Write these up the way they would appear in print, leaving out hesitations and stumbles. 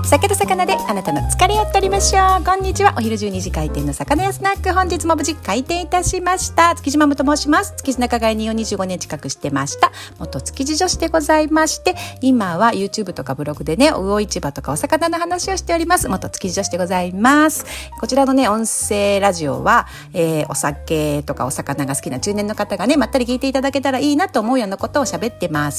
酒と魚であなたの疲れを取りましょう。こんにちは。お昼12時開店の魚屋スナック、本日も無事開店いたしました。築地マムと申します。築地仲買人を25年近くしてました元築地女子でございまして、今は YouTube とかブログでね、魚市場とかお魚の話をしております元築地女子でございます。こちらのね、音声ラジオは、お酒とかお魚が好きな中年の方がね、まったり聞いていただけたらいいなと思うようなことを喋ってます。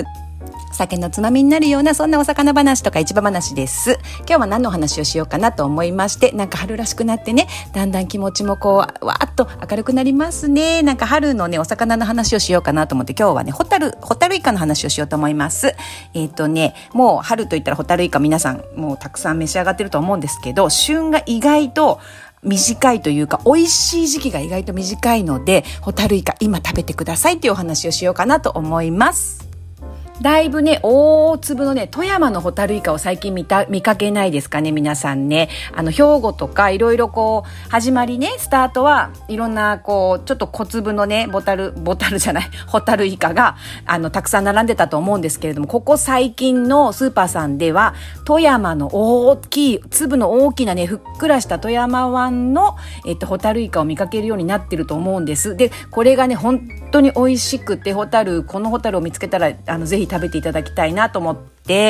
酒のつまみになるようなそんなお魚話とか市場話です。今日は何の話をしようかなと思いまして、なんか春らしくなってね、だんだん気持ちもこうわーっと明るくなりますね。なんか春のね、お魚の話をしようかなと思って、今日はね、ホタルイカの話をしようと思います。もう春といったらホタルイカ、皆さんもうたくさん召し上がってると思うんですけど、旬が意外と短いというか、美味しい時期が意外と短いので、ホタルイカ今食べてくださいというお話をしようかなと思います。だいぶね、大粒のね、富山のホタルイカを最近見かけないですかね、皆さんね。兵庫とかいろいろこう、始まりね、スタートはいろんなこう、ちょっと小粒のね、ホタルイカが、たくさん並んでたと思うんですけれども、ここ最近のスーパーさんでは、富山の粒の大きなね、ふっくらした富山湾の、ホタルイカを見かけるようになってると思うんです。で、これがね、本当に美味しくて、このホタルを見つけたら、ぜひ食べていただきたいなと思って、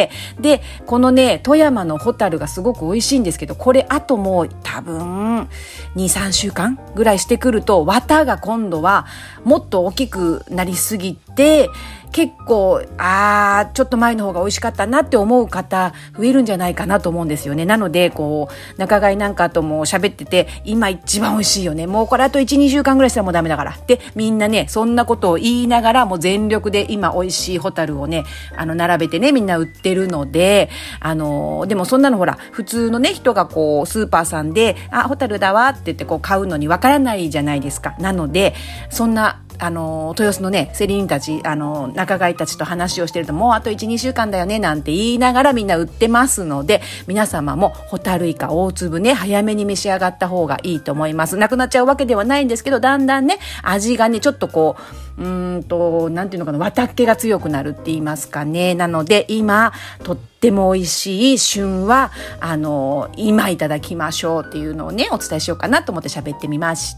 でこのね、富山のホタルがすごく美味しいんですけど、これあともう多分 2,3 週間ぐらいしてくると、綿が今度はもっと大きくなりすぎて、結構ちょっと前の方が美味しかったなって思う方増えるんじゃないかなと思うんですよね。なのでこう仲買なんかとも喋ってて、今一番美味しいよね、もうこれあと 1,2 週間ぐらいしたらもうダメだからってみんなね、そんなことを言いながらもう全力で今美味しいホタルをね、並べてね、みんな売ってるので、でもそんなのほら普通のね、人がこうスーパーさんでホタルだわって言ってこう買うのにわからないじゃないですか。なのでそんな豊洲のね、セリーンたち、仲買たちと話をしてると、もうあと 1,2 週間だよねなんて言いながらみんな売ってますので、皆様もホタルイカ大粒ね、早めに召し上がった方がいいと思います。なくなっちゃうわけではないんですけど、だんだんね、味がね、ちょっとこうなんていうのかな、綿っ気が強くなるって言いますかね。なので今とっても美味しい旬は今いただきましょうっていうのをね、お伝えしようかなと思って喋ってみました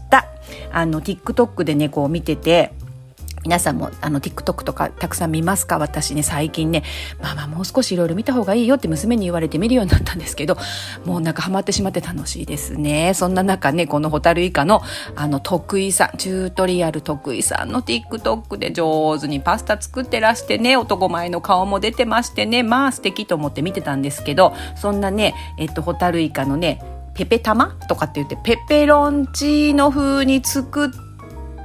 。TikTok でね、こう見てて、皆さんもTikTok とかたくさん見ますか？私ね、最近ね、ママもう少しいろいろ見た方がいいよって娘に言われて見るようになったんですけど、もうなんかハマってしまって楽しいですね。そんな中ね、このホタルイカの徳井さん、チュートリアル徳井さんの TikTok で上手にパスタ作ってらしてね、男前の顔も出てましてね、まあ素敵と思って見てたんですけど、そんなね、ホタルイカのね、ペペ玉とかって言って、ペペロンチーノ風に作って、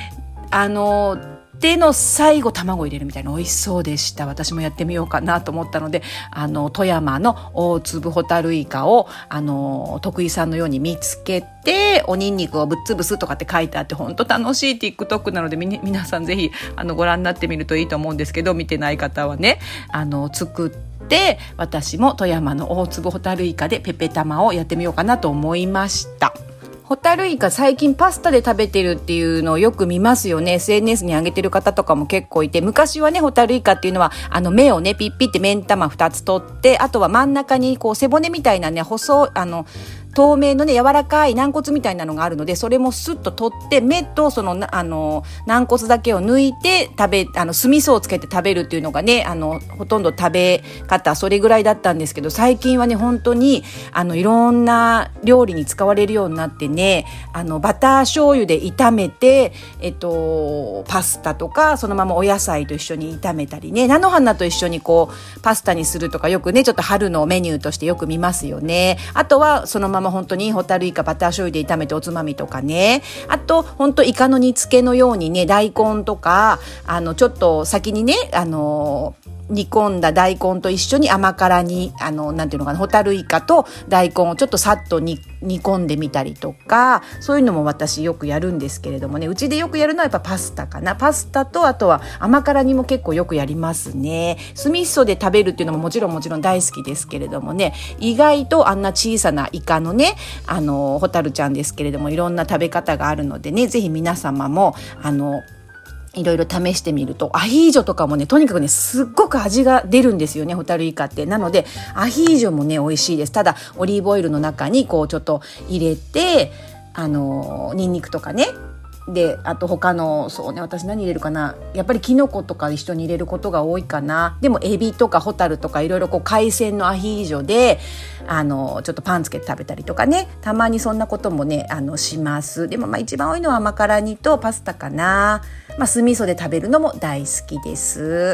での最後卵入れるみたいな、美味しそうでした。私もやってみようかなと思ったので、富山の大粒ホタルイカを徳井さんのように見つけて、おにんにくをぶっつぶすとかって書いてあって、本当楽しい TikTok なので、皆さんぜひご覧になってみるといいと思うんですけど、見てない方はね、作って私も富山の大粒ホタルイカでペペ玉をやってみようかなと思いました。ホタルイカ最近パスタで食べてるっていうのをよく見ますよね。SNS に上げてる方とかも結構いて、昔はね、ホタルイカっていうのは目をね、ピッピって目ん玉2つ取って、あとは真ん中にこう背骨みたいなね、細透明のね、柔らかい軟骨みたいなのがあるので、それもスッと取って、目とその軟骨だけを抜いて酢味噌をつけて食べるっていうのがね、ほとんど食べ方それぐらいだったんですけど、最近はね、本当にいろんな料理に使われるようになってね、バター醤油で炒めて、パスタとかそのままお野菜と一緒に炒めたりね、菜の花と一緒にこうパスタにするとか、よくね、ちょっと春のメニューとしてよく見ますよね。あとはそのまま本当にホタルイカバター醤油で炒めておつまみとかね、あと本当イカの煮付けのようにね、大根とかちょっと先にね、煮込んだ大根と一緒に甘辛になんていうのかな、ホタルイカと大根をちょっとさっと煮込んでみたりとか、そういうのも私よくやるんですけれどもね、うちでよくやるのはやっぱパスタかな。パスタとあとは甘辛煮も結構よくやりますね。酢味噌で食べるっていうのももちろん大好きですけれどもね、意外とあんな小さなイカのね、ホタルちゃんですけれども、いろんな食べ方があるのでね、ぜひ皆様もいろいろ試してみると、アヒージョとかもね、とにかくね、すっごく味が出るんですよね、ホタルイカって。なので、アヒージョもね、美味しいです。ただ、オリーブオイルの中にこうちょっと入れて、ニンニクとかね、で、あと他の、そうね、私何入れるかな。やっぱりキノコとか一緒に入れることが多いかな。でもエビとかホタルとかいろいろこう海鮮のアヒージョで、ちょっとパンつけて食べたりとかね。たまにそんなこともね、します。でも一番多いのは甘辛煮とパスタかな。酢味噌で食べるのも大好きです。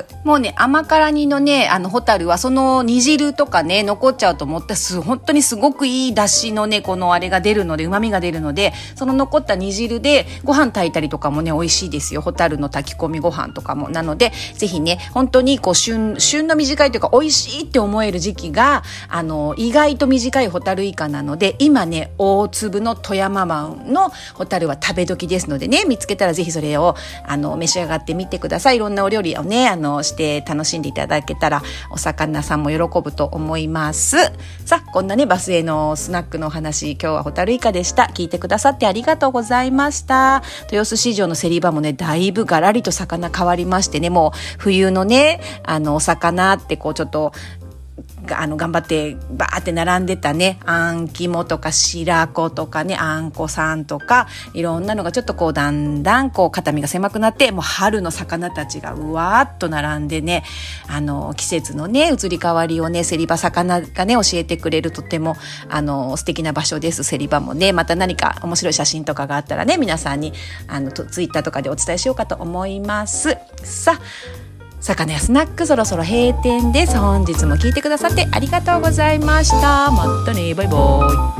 もうね、甘辛煮のね、ホタルはその煮汁とかね、残っちゃうと思ったら本当にすごくいい出汁のね、このあれが出るので、旨味が出るので、その残った煮汁でご飯炊いたりとかもね、美味しいですよ。ホタルの炊き込みご飯とかも。なので、ぜひね、本当にこう、旬の短いというか、美味しいって思える時期が、意外と短いホタルイカなので、今ね、大粒の富山湾のホタルは食べ時ですのでね、見つけたらぜひそれを、召し上がってみてください。いろんなお料理をね、して楽しんでいただけたら、お魚さんも喜ぶと思います。さあ、こんなね、バスへのスナックのお話、今日はホタルイカでした。聞いてくださってありがとうございました。豊洲市場の競り場もね、だいぶガラリと魚変わりましてね、もう冬のね、お魚ってこうちょっと、頑張ってバーって並んでたね、あん肝とか白子とかね、あんこさんとかいろんなのがちょっとこうだんだんこう肩身が狭くなって、もう春の魚たちがうわーっと並んでね、季節のね移り変わりをね、競り場魚がね教えてくれるとても素敵な場所です。競り場もね、また何か面白い写真とかがあったらね、皆さんにツイッターとかでお伝えしようかと思います。さあ、魚屋スナックそろそろ閉店です。本日も聞いてくださってありがとうございました。またね、バイバイ。